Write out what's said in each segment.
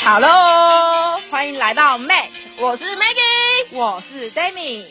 Hello， 欢迎来到 Mac， 我是 Maggie， 我是 Demi。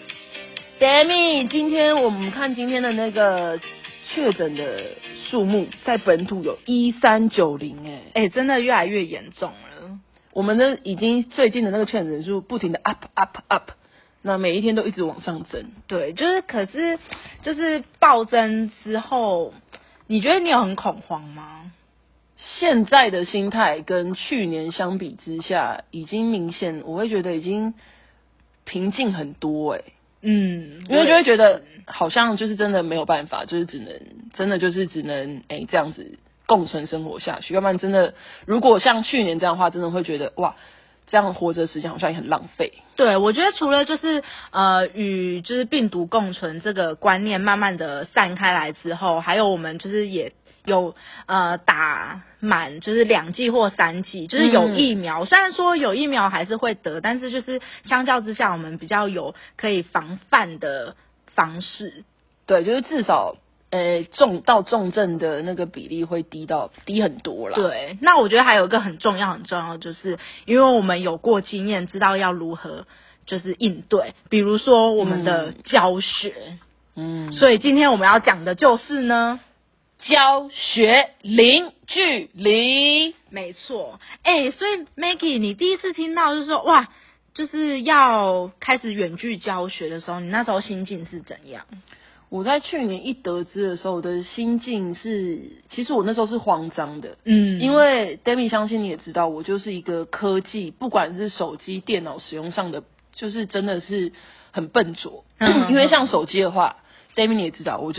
今天我们看今天的那个确诊的数目，在本土有1390， 真的越来越严重了。 我们的已经最近的那个确诊人数不停的 up， 那每一天都一直往上增。 对，可是暴增之后，你觉得你有很恐慌吗？ 现在的心态跟去年相比之下，已经明显，我会觉得已经平静很多因为就会觉得好像就是真的没有办法，就是只能这样子共存生活下去，要不然真的如果像去年这样的话，真的会觉得哇，这样活着时间好像也很浪费。 对，我觉得除了与病毒共存这个观念慢慢的散开来之后，还有我们也有打满2剂或3剂，有疫苗，虽然说有疫苗还是会得，但是相较之下我们比较有可以防范的方式。 对，至少重症的那个比例会低很多啦。 对，那我觉得还有一个很重要，因为我们有过经验，知道要如何应对，比如说我们的教学。所以今天我们要讲的就是呢， 教学零距离。 没错。所以 Maggie， 你第一次听到说哇，要开始远距教学的时候，你那时候心境是怎样？ 我在去年一得知的时候，我的心境是，其实我那时候是慌张的，因为 Demi 相信你也知道，我就是一个科技，不管是手机、电脑使用上的，真的是很笨拙。因为像手机的话，Demi 你也知道，我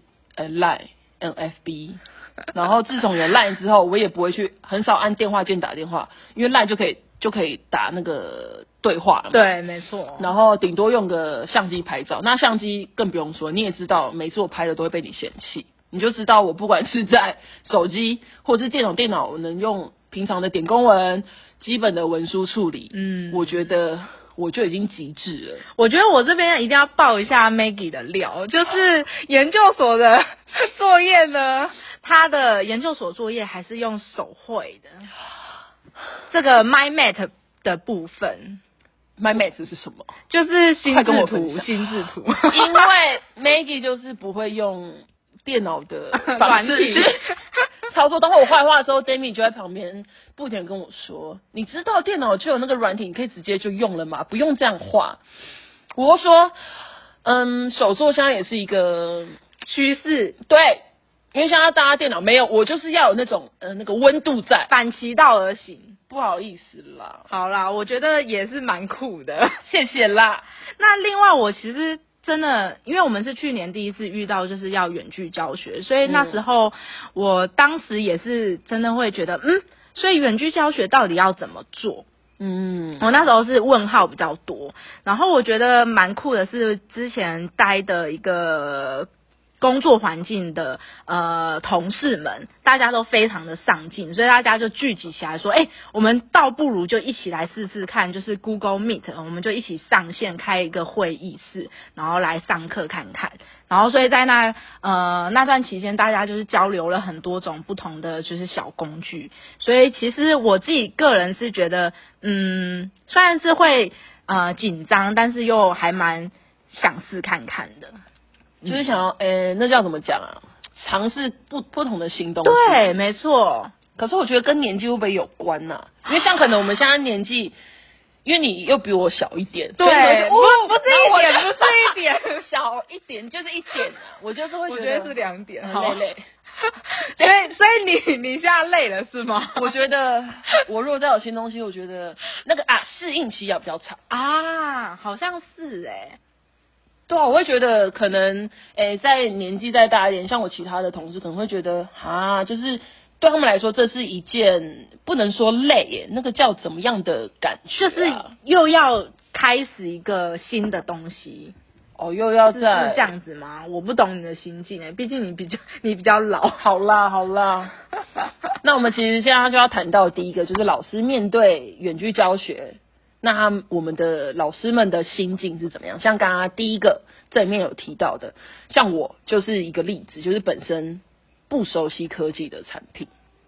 Line、NFB， 然后自从有 Line 之后，我也不会很少按电话键打电话，因为 Line 就可以打那个对话了嘛。 对，没错。 然后顶多用个相机拍照，那相机更不用说，你也知道，每次我拍的都会被你嫌弃，你就知道我不管是在手机或是电脑，我能用平常的点公文、基本的文书处理，我觉得我就已经极致了。 我觉得我这边一定要爆一下 Maggie 的料，研究所的作业呢，他的研究所作业还是用手绘的。这个 MyMat 的部分 ，MyMat 是什么？ 就是心智图。 因为 Maggie 就是不会用电脑的方式去操作。当我画画的时候 ，Demi 就在旁边不停跟我说：“你知道电脑就有那个软体，你可以直接就用了嘛，不用这样画。”我说：“手作现在也是一个趋势， 对。”因为现在大家电脑没有，我就是要有那种那个温度在， 反其道而行。 不好意思啦， 好啦，我觉得也是蛮酷的， 谢谢啦。 那另外我其实真的，因为我们是去年第一次遇到要远距教学，所以那时候我当时也是真的会觉得，所以远距教学到底要怎么做？我那时候是问号比较多，然后我觉得蛮酷的是之前待的一个工作环境的同事们，大家都非常的上进，所以大家就聚集起来说，我们倒不如就一起来试试看，Google Meet， 我们就一起上线开一个会议室，然后来上课看看。然后所以在那段期间，大家交流了很多种不同的小工具，所以其实我自己个人是觉得，虽然是会紧张，但是又还蛮想试看看的。 就是想要那叫怎么讲啊？尝试不同的新东西。 对，没错。 可是我觉得跟年纪会不会有关啊？因为像可能我们现在年纪，因为你又比我小一点， 对，不是一点， 小一点就是一点啊。我就是会觉得是2点， 累。 所以你现在累了是吗？ 我觉得我如果再有新东西，我觉得那个适应期要比较长啊，好像是对啊，我会觉得可能在年纪再大一点，像我其他的同事可能会觉得就是对他们来说这是一件不能说累那个叫怎么样的感觉又要开始一个新的东西。 又要是这样子吗？我不懂你的心境毕竟你比较老。 好啦那我们其实现在就要谈到第一个，就是老师面对远距教学，那我们的老师们的心境是怎么样？像刚刚第一个这里面有提到的，像我就是一个例子，就是本身不熟悉科技的产品，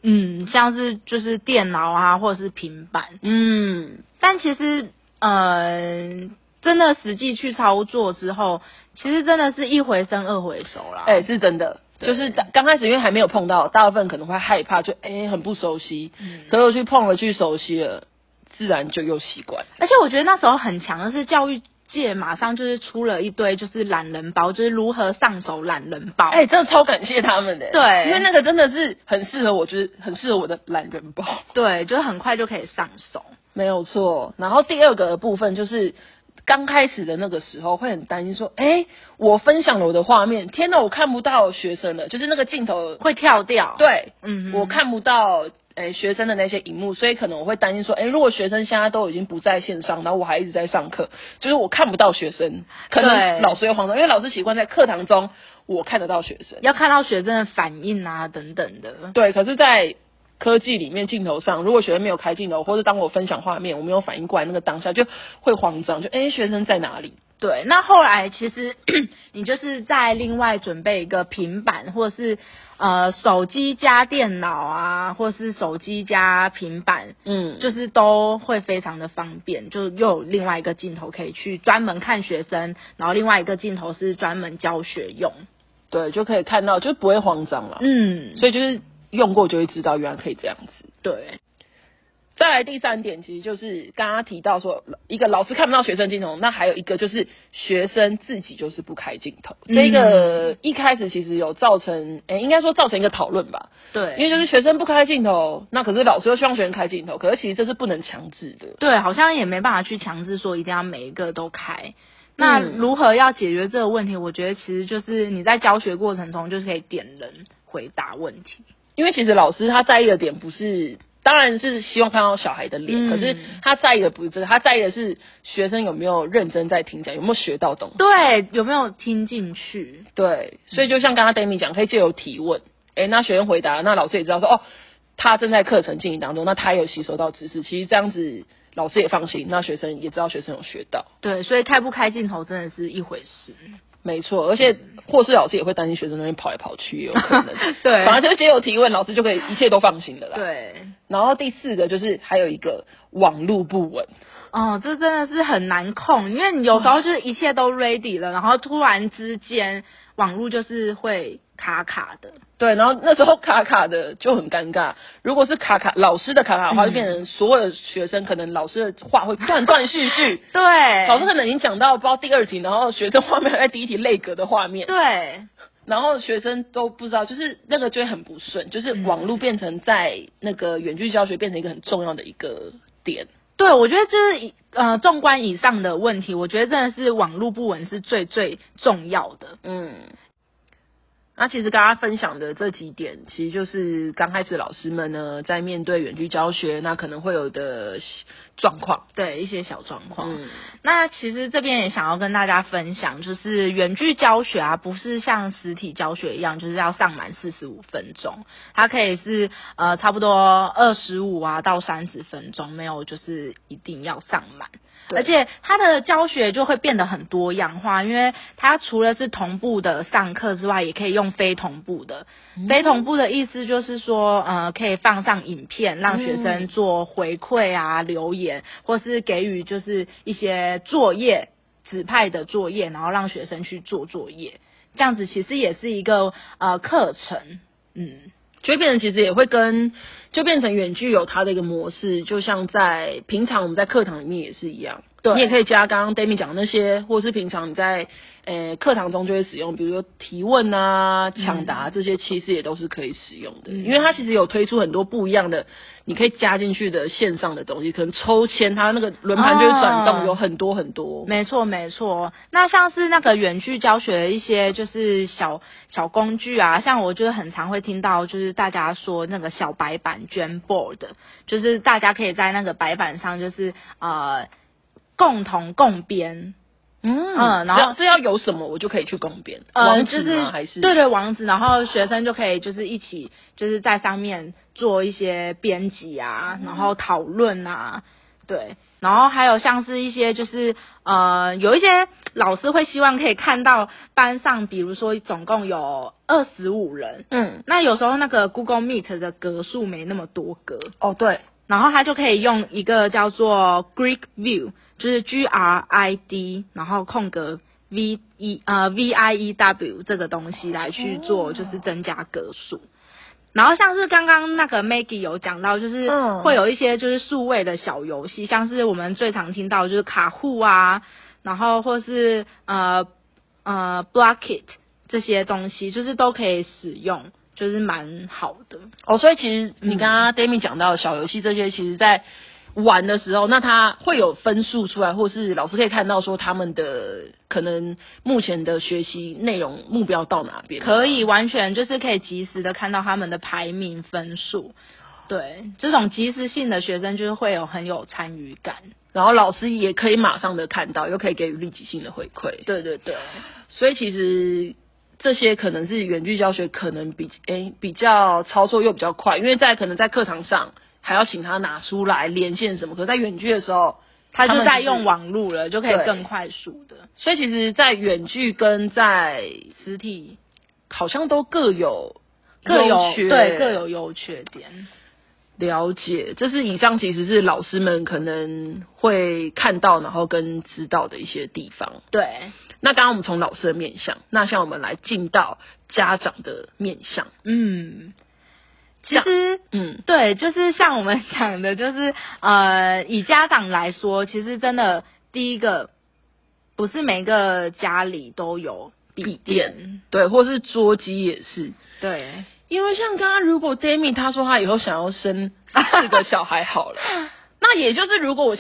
像是就是电脑啊或者是平板，但其实真的实际去操作之后，其实真的是一回生二回熟啦。 是真的。就是刚开始因为还没有碰到，大部分可能会害怕，就很不熟悉。可是我去碰了，去熟悉了，自然就又习惯。 而且我觉得那时候很强的是教育界马上就是出了一堆就是懒人包，就是如何上手懒人包。 真的超感谢他们的。对，因为那个真的是很适合我，就是很适合我的懒人包。 对，就是很快就可以上手。 没有错。然后第二个部分就是刚开始的那个时候会很担心说，我分享了我的画面，天哪，我看不到学生了，就是那个镜头会跳掉。 对，我看不到学生的那些荧幕，所以可能我会担心说，如果学生现在都已经不在线上，然后我还一直在上课，就是我看不到学生，可能老师会慌张，因为老师习惯在课堂中我看得到学生， 要看到学生的反应啊等等的。 对，可是在科技里面镜头上，如果学生没有开镜头，或者当我分享画面，我没有反应过来，那个当下就会慌张，就学生在哪里？ 对，那后来其实你就是在另外准备一个平板，或者是手机加电脑啊，或者是手机加平板，就是都会非常的方便，就又有另外一个镜头可以去专门看学生，然后另外一个镜头是专门教学用。 对，就可以看到，就不会慌张了。所以就是用过就会知道原来可以这样子。对。再来第三点，其实就是刚刚提到说，一个老师看不到学生镜头，那还有一个就是学生自己就是不开镜头。这个一开始其实有造成，应该说造成一个讨论吧。对，因为就是学生不开镜头，那可是老师又希望学生开镜头，可是其实这是不能强制的。 对，好像也没办法去强制说一定要每一个都开。那如何要解决这个问题？我觉得其实就是你在教学过程中就是可以点人回答问题， 因为其实老师他在意的点不是。当然是希望看到小孩的脸，可是他在意的不是这个，他在意的是学生有没有认真在听讲，有没有学到东西， 对，有没有听进去， 对，所以就像刚刚 Demi 讲，可以借由提问，那学生回答，那老师也知道说，他正在课程进行当中，那他也有吸收到知识，其实这样子老师也放心，那学生也知道学生有学到， 对，所以开不开镜头真的是一回事。 没错，而且或是老师也会担心学生那边跑来跑去，也有可能。对，反正就是藉由提问，老师就可以一切都放心的啦。对。然后第四个就是还有一个网路不稳。 这真的是很难控，因为你有时候就是一切都 ready 了，然后突然之间网路就是会卡卡的。 对，然后那时候卡卡的就很尴尬。如果是老师的卡卡的话，就变成所有的学生可能老师的话会断断续续。对，老师可能已经讲到不知道第二题，然后学生画面还在第一题类格的画面。对，然后学生都不知道，就是那个就会很不顺，就是网路变成在那个远距教学变成一个很重要的一个点。 对，我觉得就是纵观以上的问题，我觉得真的是网路不稳是最最重要的。 那其实刚刚分享的这几点，其实就是刚开始老师们呢在面对远距教学，那可能会有的状况， 对，一些小状况。那其实这边也想要跟大家分享，就是远距教学啊，不是像实体教学一样，就是要上满45分钟，它可以是差不多25啊到30分钟，没有就是一定要上满。而且它的教学就会变得很多样化，因为它除了是同步的上课之外，也可以用非同步的。非同步的意思就是说，可以放上影片，让学生做回馈啊、留言，或是给予就是一些作业、指派的作业，然后让学生去做作业。这样子其实也是一个课程， 就变成其实也会就变成远距有它的一个模式，就像在平常我们在课堂里面也是一样，你也可以加刚刚 Demi 讲的那些，或是平常你在课堂中就会使用，比如说提问啊、抢答这些，其实也都是可以使用的，因为它其实有推出很多不一样的，你可以加进去的线上的东西，可能抽签，它那个轮盘就会转动，有很多很多。 没错没错，那像是那个远距教学的一些就是小工具啊，像我就是很常会听到就是大家说那个小白板卷 board， 就是大家可以在那个白板上就是共编。 然后是要有什么我就可以去共编，网址吗？还是对网址，然后学生就可以就是一起就是在上面做一些编辑啊，然后讨论啊，对， 然后还有像是一些就是有一些老师会希望可以看到班上，比如说总共有25人，那有时候那个 Google Meet 的格数没那么多格， 对， 然后他就可以用一个叫做 Grid View， 就是 GRID， 然后空格VIEW 这个东西来去做，就是增加格数。然后像是刚刚那个 Maggie 有讲到，就是会有一些就是数位的小游戏，像是我们最常听到就是卡户啊，然后或是Blockit 这些东西，就是都可以使用，就是蛮好的。 所以其实你刚刚 Demi 讲到的小游戏这些，其实在玩的时候，那他会有分数出来，或是老师可以看到说他们的可能目前的学习内容目标到哪边， 可以完全就是可以及时的看到他们的排名分数。对，这种及时性的学生就是会有很有参与感， 然后老师也可以马上的看到，又可以给予立即性的回馈。 对对对， 所以其实这些可能是远距教学可能比较操作又比较快，因为可能在课堂上还要请他拿出来连线什么，可是在远距的时候他就在用网路了，就可以更快速的。 所以其实在远距跟在实体好像都各有优缺点。 了解，这是以上其实是老师们可能会看到然后跟知道的一些地方。 对， 那刚刚我们从老师的面向，那像我们来进到家长的面向。 其实对，就是像我们讲的，就是以家长来说，其实真的第一个不是每个家里都有笔电， 对，或是桌机也是。 对， 因为像刚刚如果 Demi 他说他以后想要生4个小孩好了，那也就是如果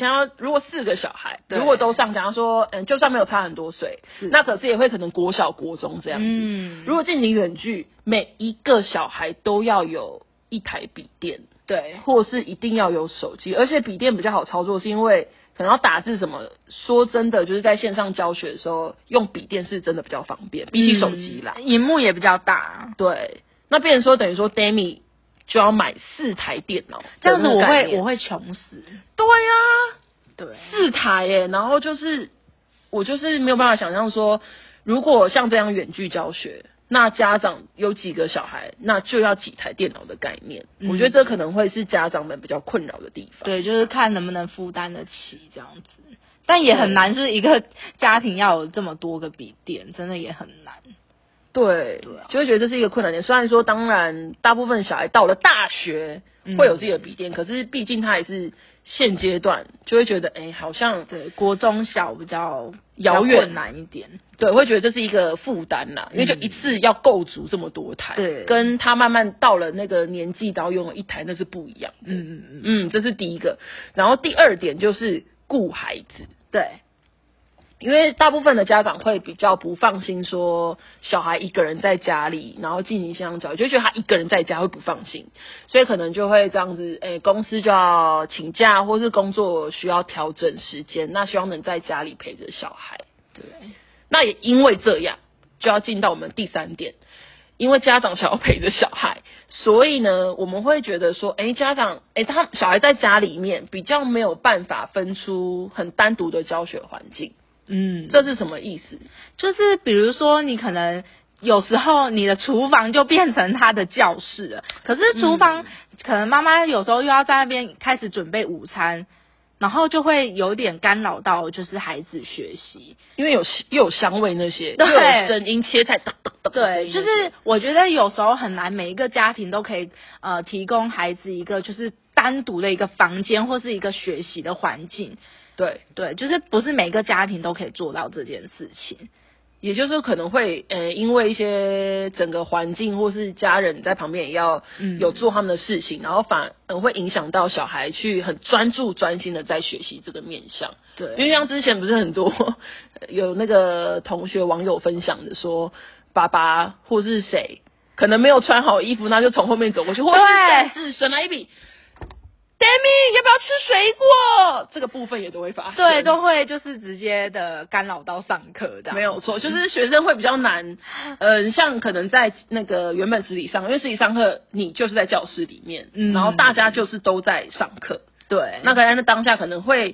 4个小孩如果都上，假如说就算没有差很多岁，那可是也会可能国小国中这样子。如果进行远距，每一个小孩都要有一台笔电， 对， 或是一定要有手机，而且笔电比较好操作，是因为可能要打字什么。说真的，就是在线上教学的时候，用笔电是真的比较方便，比起手机啦， 萤幕也比较大。 对，那变成说等于说 Demi 就要买4台电脑， 这样子我会穷死。 对啊， 对 ，4台耶，然后我就是没有办法想象说，如果像这样远距教学。那家长有几个小孩，那就要几台电脑的概念。我觉得这可能会是家长们比较困扰的地方。 对，就是看能不能负担得起这样子，但也很难，是一个家庭要有这么多个笔电，真的也很难。 对，就会觉得这是一个困难点。虽然说，当然大部分小孩到了大学会有自己的笔电，可是毕竟他也是现阶段就会觉得，好像对国中小比较遥远困难一点。 对，会觉得这是一这负担啦，因为就一次要构筑这么多台， 对， 跟他慢慢到了那个年纪，然后拥有一台那是不一样的。这是第一个。然后第二点就是顾孩子， 对。 因为大部分的家长会比较不放心说小孩一个人在家里，然后进行线上教育，就觉得他一个人在家会不放心，所以可能就会这样子，公司就要请假，或是工作需要调整时间，那希望能在家里陪着小孩。 对， 那也因为这样，就要进到我们第3点，因为家长想要陪着小孩，所以呢，我们会觉得说，家长，他小孩在家里面比较没有办法分出很单独的教学环境。这是什么意思？ 就是比如说你可能有时候你的厨房就变成他的教室了，可是厨房可能妈妈有时候又要在那边开始准备午餐，然后就会有点干扰到就是孩子学习， 因为又有香味那些， 对， 又有声音切菜， 对，就是我觉得有时候很难每一个家庭都可以提供孩子一个就是单独的一个房间或是一个学习的环境。 对对，就是不是每个家庭都可以做到这件事情， 也就是可能会因为一些整个环境或是家人在旁边也要有做他们的事情，然后反而会影响到小孩去很专注专心的在学习这个面向。 对， 因为像之前不是很多有那个同学网友分享的说，爸爸或是谁可能没有穿好衣服，那就从后面走过去，或者是省来一笔。Demi 要不要吃水果？这个部分也都会发生， 对，都会就是直接的干扰到上课的， 没有错，就是学生会比较难，像可能在那个原本实体上，因为实体上课你就是在教室里面，然后大家就是都在上课， 对， 那可能在当下可能会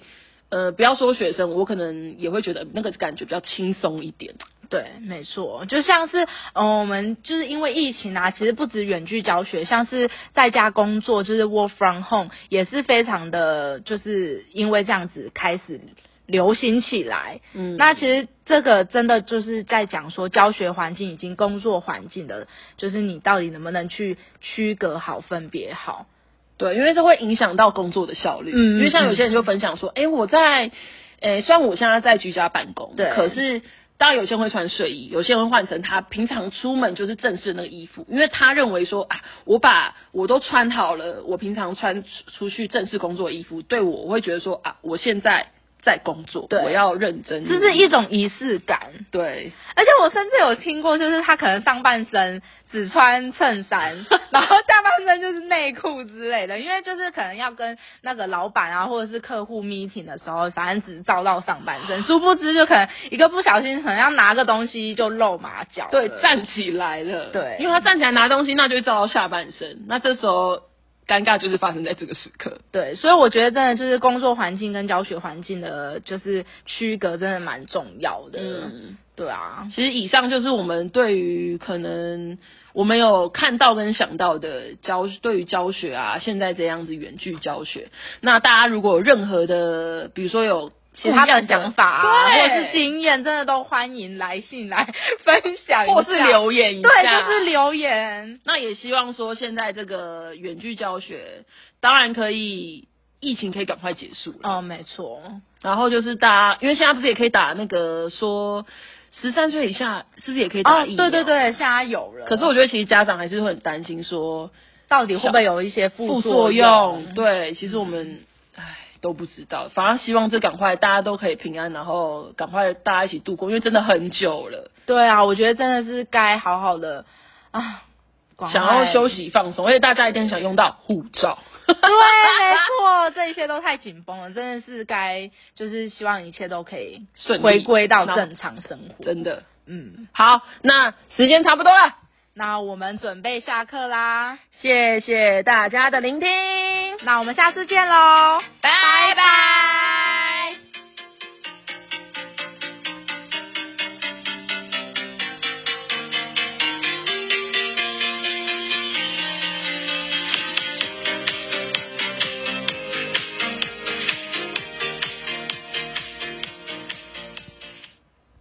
不要说学生，我可能也会觉得那个感觉比较轻松一点。 对，没错，就像是我们就是因为疫情啊，其实不止远距教学，像是在家工作，就是 work from home 也是非常的，就是因为这样子开始流行起来。那其实这个真的就是在讲说教学环境以及工作环境的，就是你到底能不能去区隔好、分别好。 对，因为这会影响到工作的效率。因为像有些人就分享说，我在，虽然我现在在居家办公，对，可是当然有些人会穿睡衣，有些人会换成他平常出门就是正式的那个衣服，因为他认为说我都穿好了，我平常穿出去正式工作的衣服，对我会觉得说我现在在工作，我要认真， 这是一种仪式感。 对， 而且我甚至有听过，就是他可能上半身只穿衬衫，然后下半身就是内裤之类的，因为就是可能要跟那个老板啊或者是客户 meeting 的时候，反正只照到上半身，殊不知就可能一个不小心可能要拿个东西就露马脚， 对，站起来了， 对， 因为他站起来拿东西，那就会照到下半身，那这时候尴尬就是发生在这个时刻。 对，所以我觉得真的就是工作环境跟教学环境的，就是区隔真的蛮重要的。对啊， 其实以上就是我们对于可能我们有看到跟想到的对于教学啊，现在这样子远距教学。那大家如果有任何的，比如说有其他的想法啊，或是经验，真的都欢迎来信来分享一下， 或是留言一下， 对，就是留言。 那也希望说，现在这个远距教学，当然可以，疫情可以赶快结束了。 没错。 然后就是大家，因为现在不是也可以打那个说13岁以下是不是也可以打疫苗？ 对，现在有了。 可是我觉得其实家长还是会很担心说， 到底会不会有一些副作用？对，其实我们都不知道，反而希望这赶快大家都可以平安，然后赶快大家一起度过，因为真的很久了。 对啊，我觉得真的是该好好的想要休息放松，而且大家一定想用到护照。 对，没错，这一切都太紧绷了，真的是该就是希望一切都可以回归到正常生活。 真的，好，那时间差不多了， 那我们准备下课啦， 谢谢大家的聆听， 那我们下次见喽， 拜拜。